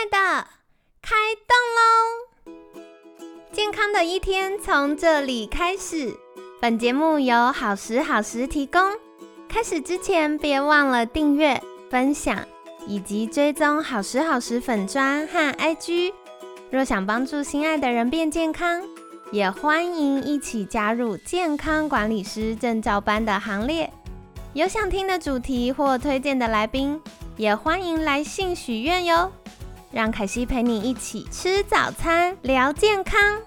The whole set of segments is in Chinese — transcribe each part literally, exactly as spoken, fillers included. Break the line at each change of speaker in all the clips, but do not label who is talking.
的，开动咯！健康的一天从这里开始。本节目由好时好时提供。开始之前别忘了订阅、分享以及追踪好时好时粉专和 I G。 若想帮助心爱的人变健康，也欢迎一起加入健康管理师证照班的行列。有想听的主题或推荐的来宾，也欢迎来信许愿哟。让凯西陪你一起吃早餐，聊健康。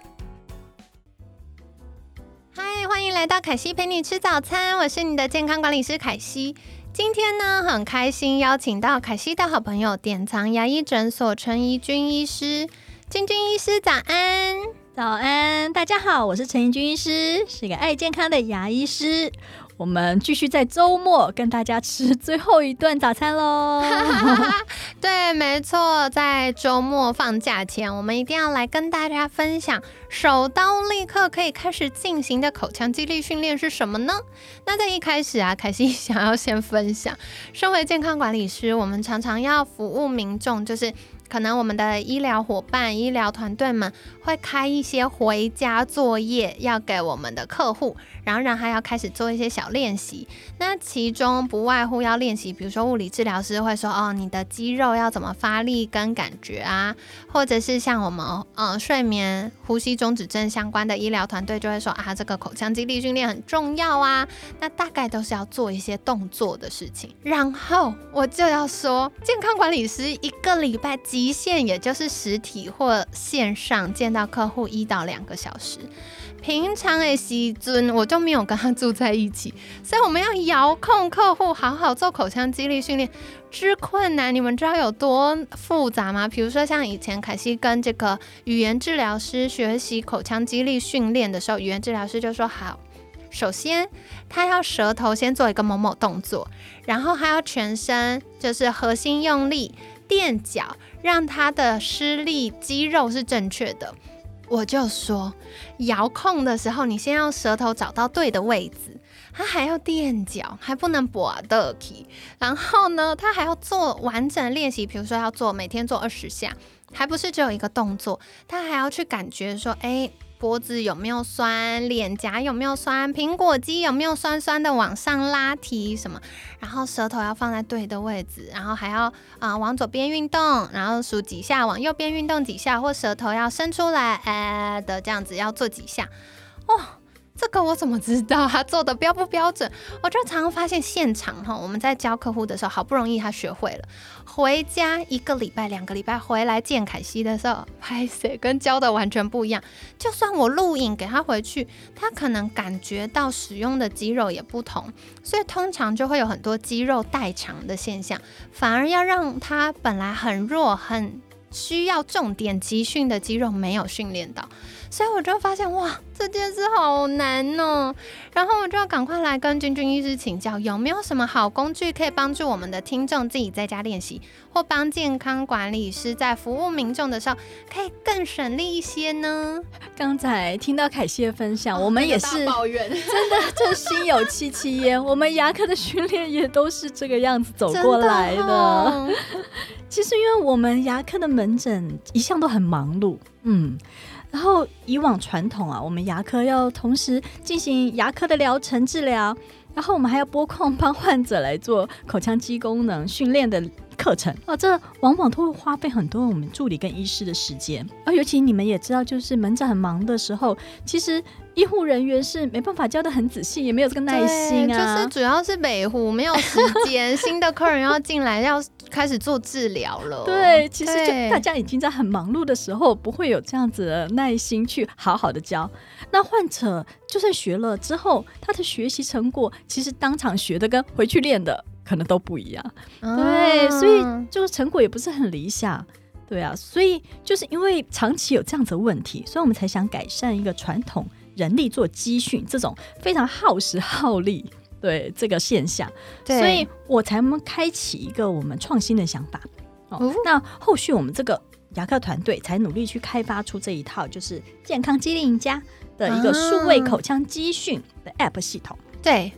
嗨，欢迎来到凯西陪你吃早餐，我是你的健康管理师凯西。今天呢，很开心邀请到凯西的好朋友典藏牙医诊所陈怡君医师。君君医师早安。
早安，大家好，我是陈怡君医师，是一个爱健康的牙医师。我们继续在周末跟大家吃最后一顿早餐咯
对，没错，在周末放假前，我们一定要来跟大家分享手刀立刻可以开始进行的口腔肌力训练是什么呢？那在一开始啊，凯西想要先分享，身为健康管理师，我们常常要服务民众，就是可能我们的医疗伙伴、医疗团队们会开一些回家作业要给我们的客户，然后让他要开始做一些小练习。那其中不外乎要练习，比如说物理治疗师会说，哦，你的肌肉要怎么发力跟感觉啊，或者是像我们呃睡眠呼吸中止症相关的医疗团队就会说啊，这个口腔肌力训练很重要啊。那大概都是要做一些动作的事情。然后我就要说，健康管理师一个礼拜极限也就是实体或线上见到客户一到两个小时。平常的时阵我就没有跟他住在一起，所以我们要遥控客户好好做口腔肌力训练之困难，你们知道有多复杂吗？比如说像以前凯西跟这个语言治疗师学习口腔肌力训练的时候，语言治疗师就说好，首先他要舌头先做一个某某动作，然后他要全身就是核心用力垫脚，让他的施力肌肉是正确的。我就说遥控的时候，你先要舌头找到对的位置，他还要垫脚，还不能跛的起，然后呢他还要做完整练习，比如说要做每天做二十下，还不是只有一个动作，他还要去感觉说，哎，脖子有没有酸，脸颊有没有酸，苹果肌有没有酸酸的往上拉提什么，然后舌头要放在对的位置，然后还要、呃、往左边运动，然后数几下，往右边运动几下，或舌头要伸出来、呃、的这样子要做几下。哦，这个我怎么知道他做的标不标准？我就常常发现现场我们在教客户的时候，好不容易他学会了，回家一个礼拜两个礼拜回来见凯西的时候，拍摄跟教的完全不一样。就算我录影给他回去，他可能感觉到使用的肌肉也不同，所以通常就会有很多肌肉代偿的现象，反而要让他本来很弱很需要重点集训的肌肉没有训练到。所以我就发现，哇，这件事好难哦。然后我就要赶快来跟君君医师请教，有没有什么好工具可以帮助我们的听众自己在家练习，或帮健康管理师在服务民众的时候可以更省力一些呢？
刚才听到凯西的分享、哦、我们也是
抱怨
真的就心有戚戚焉我们牙科的训练也都是这个样子走过来 的, 的、哦、其实因为我们牙科的门诊一向都很忙碌，嗯然后以往传统啊，我们牙科要同时进行牙科的疗程治疗，然后我们还要拨空帮患者来做口腔肌功能训练的课程、啊、这往往都会花费很多我们助理跟医师的时间、啊、尤其你们也知道，就是门诊很忙的时候，其实医护人员是没办法教得很仔细，也没有这个耐心啊，
就是主要是北湖没有时间新的客人要进来要开始做治疗了。
对，其实就大家已经在很忙碌的时候，不会有这样子的耐心去好好的教。那患者就算学了之后，他的学习成果其实当场学的跟回去练的可能都不一样、啊、对，所以就是成果也不是很理想。对啊，所以就是因为长期有这样子的问题，所以我们才想改善一个传统人力做肌训这种非常耗时耗力对这个现象，所以我才开启一个我们创新的想法、哦嗯、那后续我们这个牙科团队才努力去开发出这一套就是健康肌力赢家的一个数位口腔肌训的 App 系统、啊、
对，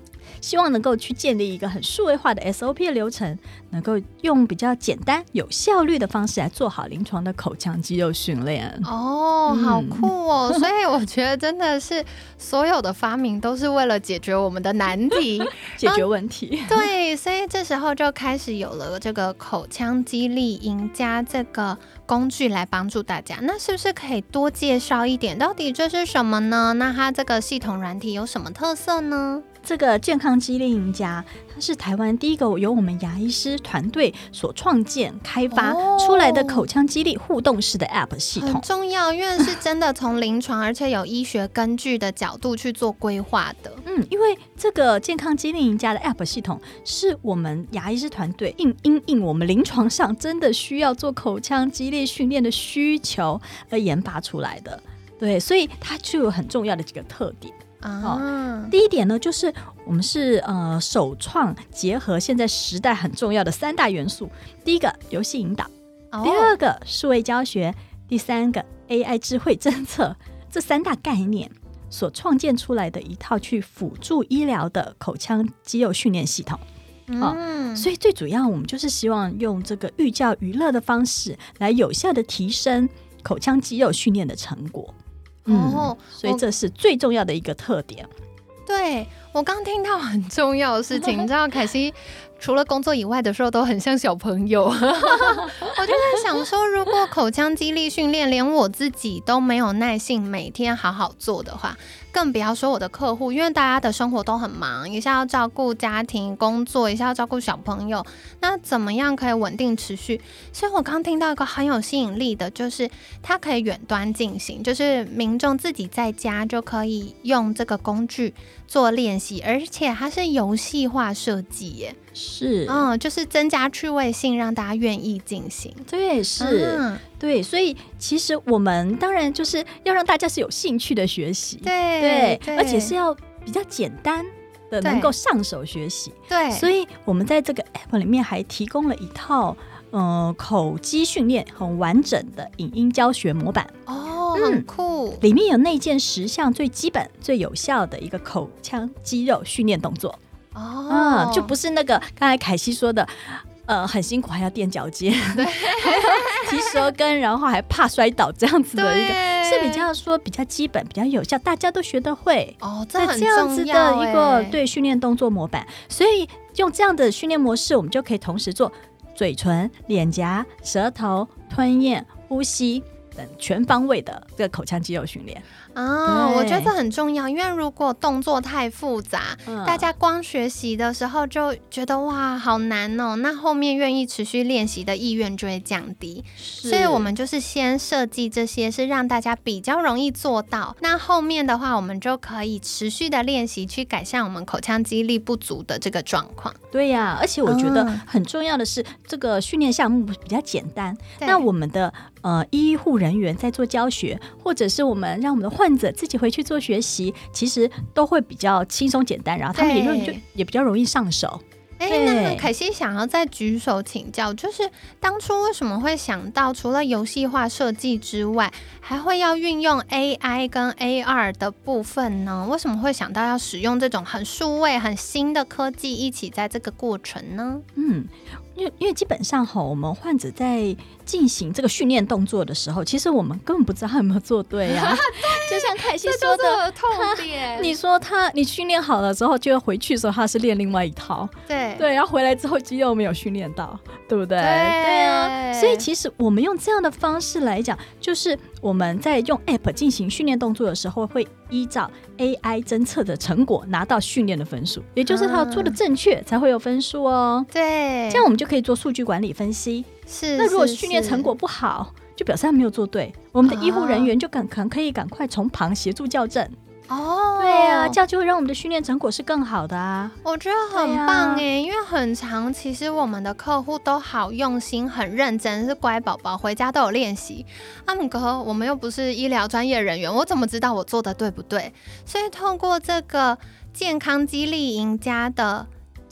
希望能够去建立一个很数位化的 S O P 的流程，能够用比较简单有效率的方式来做好临床的口腔肌肉训练。
哦、嗯，好酷哦！所以我觉得真的是所有的发明都是为了解决我们的难题
解决问题。
对，所以这时候就开始有了这个口腔肌力赢家这个工具来帮助大家。那是不是可以多介绍一点，到底这是什么呢？那它这个系统软体有什么特色呢？
这个健康肌力赢家，它是台湾第一个由我们牙医师团队所创建开发出来的口腔肌力互动式的 App 系统。
很重要，因为是真的从临床而且有医学根据的角度去做规划的。
嗯，因为这个健康肌力赢家的 App 系统是我们牙医师团队应因应我们临床上真的需要做口腔肌力训练的需求而研发出来的。对，所以它就有很重要的几个特点。啊、哦，第一点呢，就是我们是呃首创结合现在时代很重要的三大元素。第一个游戏引导，哦、第二个数位教学，第三个 A I 智慧侦测，这三大概念所创建出来的一套去辅助医疗的口腔肌肉训练系统。嗯、哦，所以最主要我们就是希望用这个寓教于乐的方式来有效的提升口腔肌肉训练的成果。嗯、哦，所以这是最重要的一个特点。
对，我刚听到很重要的事情，你知道凯西除了工作以外的时候都很像小朋友我就在想说，如果口腔肌力训练连我自己都没有耐性每天好好做的话，更不要说我的客户，因为大家的生活都很忙，一下要照顾家庭工作，一下要照顾小朋友，那怎么样可以稳定持续？所以我刚听到一个很有吸引力的，就是它可以远端进行，就是民众自己在家就可以用这个工具做练习，而且它是游戏化设计耶。
是，
嗯，就是增加趣味性，让大家愿意进行。
对，是、嗯，对，所以其实我们当然就是要让大家是有兴趣的学习，
对
对,
对，
而且是要比较简单的能够上手学习。
对，
所以我们在这个 App 里面还提供了一套呃口肌训练很完整的影音教学模板。
哦，很酷、嗯，
里面有内建十项最基本、最有效的一个口腔肌肉训练动作。哦、嗯，就不是那个刚才凯西说的，呃，很辛苦还要垫脚尖，对，提舌根，然后还怕摔倒这样子的一个，是比较说比较基本、比较有效，大家都学得会。
哦，这很
这样子的一个对训练动作模板，所以用这样的训练模式，我们就可以同时做嘴唇、脸颊、舌头、吞咽、呼吸等全方位的这个口腔肌肉训练。
啊、哦，我觉得很重要，因为如果动作太复杂、嗯、大家光学习的时候就觉得哇好难哦，那后面愿意持续练习的意愿就会降低。所以我们就是先设计这些是让大家比较容易做到，那后面的话我们就可以持续的练习去改善我们口腔肌力不足的这个状况。
对呀、啊，而且我觉得很重要的是、嗯、这个训练项目比较简单，那我们的呃医护人员在做教学，或者是我们让我们的患者自己回去做学习，其实都会比较轻松简单，然后他们也就也比较容易上手。
哎，那凯西想要再举手请教，就是当初为什么会想到除了游戏化设计之外，还会要运用 A I 跟 A R 的部分呢？为什么会想到要使用这种很数位、很新的科技一起在这个过程呢？嗯。
因为因为基本上哈，我们患者在进行这个训练动作的时候，其实我们根本不知道他有没有做对呀、啊。就像凯西说的，
这就是我的痛点。
你说他你训练好了之后，就要回去的时候他是练另外一套，
对
对，然后回来之后肌肉没有训练到，对不对？
对
对啊。所以其实我们用这样的方式来讲，就是我们在用 App 进行训练动作的时候，会依照 A I 侦测的成果拿到训练的分数，也就是他做的正确才会有分数哦。
对，
这样我们就可以做数据管理分析。
是，
那如果训练成果不好，就表示他没有做对，我们的医护人员就赶可能可以赶快从旁协助校正。哦，对啊，这样就会让我们的训练成果是更好的啊。
我觉得很棒耶、啊、因为很常其实我们的客户都好用心很认真，是乖宝宝，回家都有练习。阿姆哥，我们又不是医疗专业人员，我怎么知道我做的对不对？所以透过这个健康肌力赢家的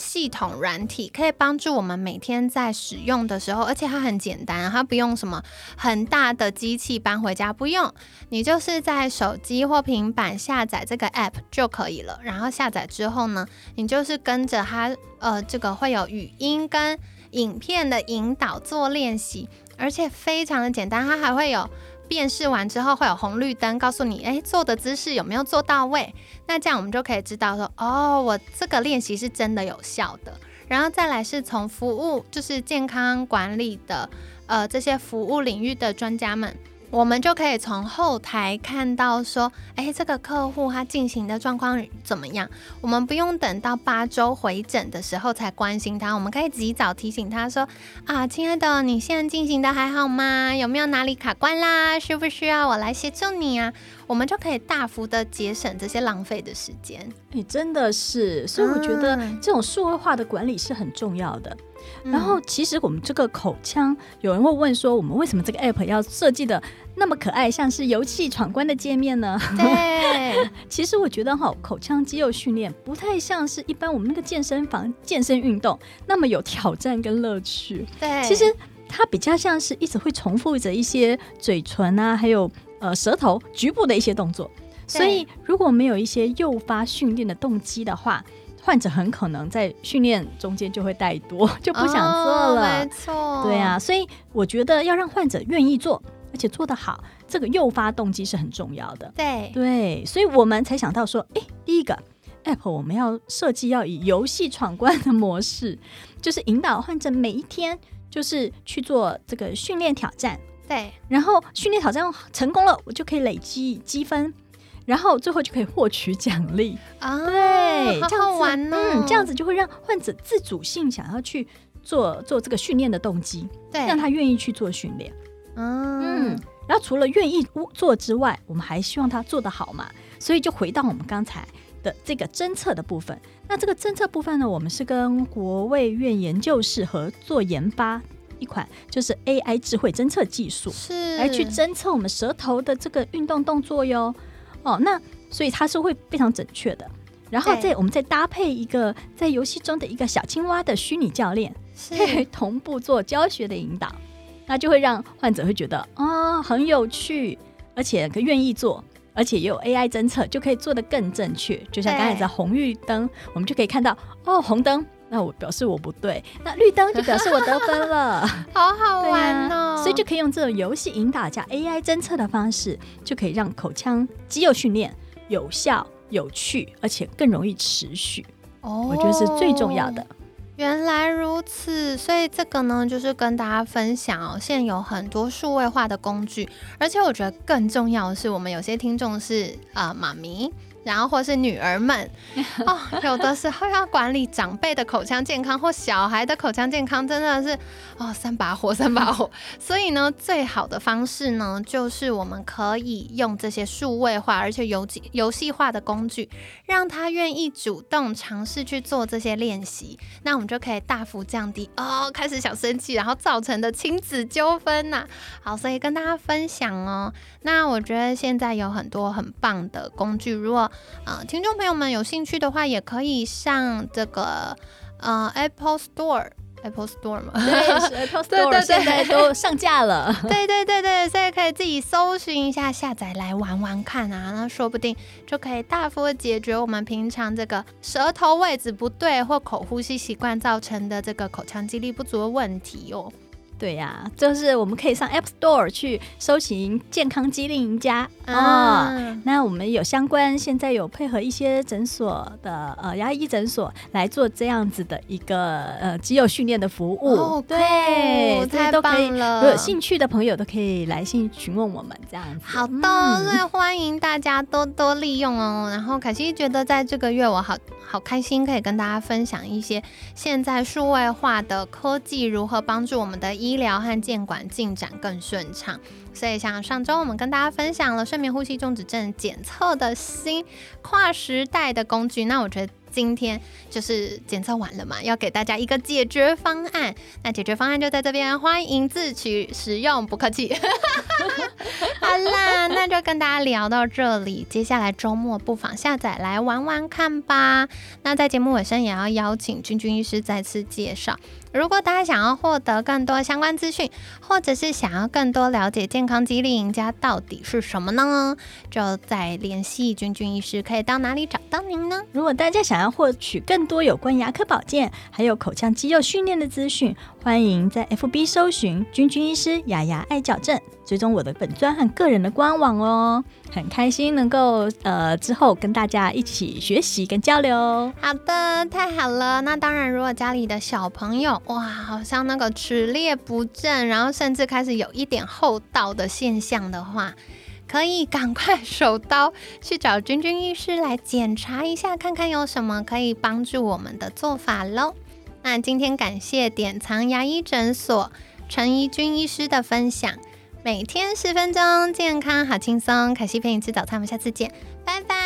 系统软体，可以帮助我们每天在使用的时候，而且它很简单，它不用什么很大的机器搬回家，不用，你就是在手机或平板下载这个 app 就可以了。然后下载之后呢，你就是跟着它，呃，这个会有语音跟影片的引导做练习，而且非常的简单，它还会有辨识完之后会有红绿灯告诉你，哎，做的姿势有没有做到位？那这样我们就可以知道说，哦，我这个练习是真的有效的。然后再来是从服务，就是健康管理的，呃，这些服务领域的专家们，我们就可以从后台看到说，哎，这个客户他进行的状况怎么样？我们不用等到八周回诊的时候才关心他，我们可以及早提醒他说，啊，亲爱的，你现在进行的还好吗？有没有哪里卡关啦？需不需要我来协助你啊？我们就可以大幅的节省这些浪费的时间。
欸，真的是，所以我觉得这种数位化的管理是很重要的。嗯、然后其实我们这个口腔，有人会问说，我们为什么这个 app 要设计的那么可爱，像是游戏闯关的界面呢？
对，
其实我觉得哈，口腔肌肉训练不太像是一般我们那个健身房健身运动那么有挑战跟乐趣。
对，
其实它比较像是一直会重复着一些嘴唇啊，还有呃舌头局部的一些动作。所以如果没有一些诱发训练的动机的话，患者很可能在训练中间就会怠惰，就不想做了。
哦、没错，
对啊，所以我觉得要让患者愿意做，而且做得好，这个诱发动机是很重要的。
对
对，所以我们才想到说，哎，第一个 app 我们要设计要以游戏闯关的模式，就是引导患者每一天就是去做这个训练挑战。
对，
然后训练挑战成功了，我就可以累积积分。然后最后就可以获取奖励
啊！
对，
好好玩哦。
嗯，这样子就会让患者自主性想要去做做这个训练的动机，
对，
让他愿意去做训练。
嗯，
嗯，然后除了愿意做之外，我们还希望他做得好嘛，所以就回到我们刚才的这个侦测的部分。那这个侦测部分呢，我们是跟国卫院研究室合作研发一款就是 A I 智慧侦测技术，
是
来去侦测我们舌头的这个运动动作哟。哦，那所以它是会非常准确的。然后再我们再搭配一个在游戏中的一个小青蛙的虚拟教练，可以同步做教学的引导，那就会让患者会觉得啊、哦、很有趣，而且愿意做，而且也有 A I 侦测，就可以做得更正确。就像刚才在红绿灯，我们就可以看到哦，红灯。那我表示我不对，那绿灯就表示我得分了，
好好玩哦、
啊！所以就可以用这种游戏引导加 A I 侦测的方式，就可以让口腔肌肉训练有效、有趣，而且更容易持续。哦，我觉得是最重要的。
原来如此，所以这个呢，就是跟大家分享哦。现在有很多数位化的工具，而且我觉得更重要的是，我们有些听众是呃妈咪。然后或是女儿们哦，有的时候要管理长辈的口腔健康或小孩的口腔健康，真的是哦三把火三把火。所以呢，最好的方式呢，就是我们可以用这些数位化而且游游戏化的工具，让他愿意主动尝试去做这些练习，那我们就可以大幅降低哦开始小生气然后造成的亲子纠纷呐、啊。好，所以跟大家分享哦。那我觉得现在有很多很棒的工具，如果呃，听众朋友们有兴趣的话，也可以上这个呃 Apple Store。Apple Store 嘛，
对，是 Apple Store， 对对对，现在都上架了。
对对对对，所以可以自己搜寻一下，下载来玩玩看啊，那说不定就可以大幅的解决我们平常这个舌头位置不对或口呼吸习惯造成的这个口腔肌力不足的问题哦。
对呀、啊，就是我们可以上 App Store 去搜寻健康肌力赢家、
嗯、
哦。那我们有相关，现在有配合一些诊所的呃牙医诊所来做这样子的一个呃肌肉训练的服务。
哦，
对，
太棒了！
如果有兴趣的朋友都可以来信询问我们这样子。
好的，所以、嗯、欢迎大家多多利用哦。然后凯西觉得在这个月我好好开心，可以跟大家分享一些现在数位化的科技如何帮助我们的医疗和健管进展更顺畅。所以像上周我们跟大家分享了睡眠呼吸中止症检测的新跨时代的工具，那我觉得今天就是检测完了嘛，要给大家一个解决方案。那解决方案就在这边，欢迎自取使用，不客气。好啦，那就跟大家聊到这里，接下来周末不妨下载来玩玩看吧。那在节目尾声也要邀请君君医师再次介绍，如果大家想要获得更多相关资讯，或者是想要更多了解健康激励赢家到底是什么呢，就再联系君君医师，可以到哪里找到您呢？
如果大家想要获取更多有关牙科保健还有口腔肌肉训练的资讯，欢迎在 F B 搜寻君君医师牙牙爱矫正，追踪我的本专和个人的官网哦。很开心能够呃之后跟大家一起学习跟交流。
好的，太好了。那当然，如果家里的小朋友哇，好像那个齿列不正，然后甚至开始有一点戽斗的现象的话，可以赶快手刀去找君君医师来检查一下，看看有什么可以帮助我们的做法咯。那今天感谢典藏牙医诊所陈怡君医师的分享，每天十分钟，健康好轻松。凯西陪你吃早餐，我们下次见，拜拜。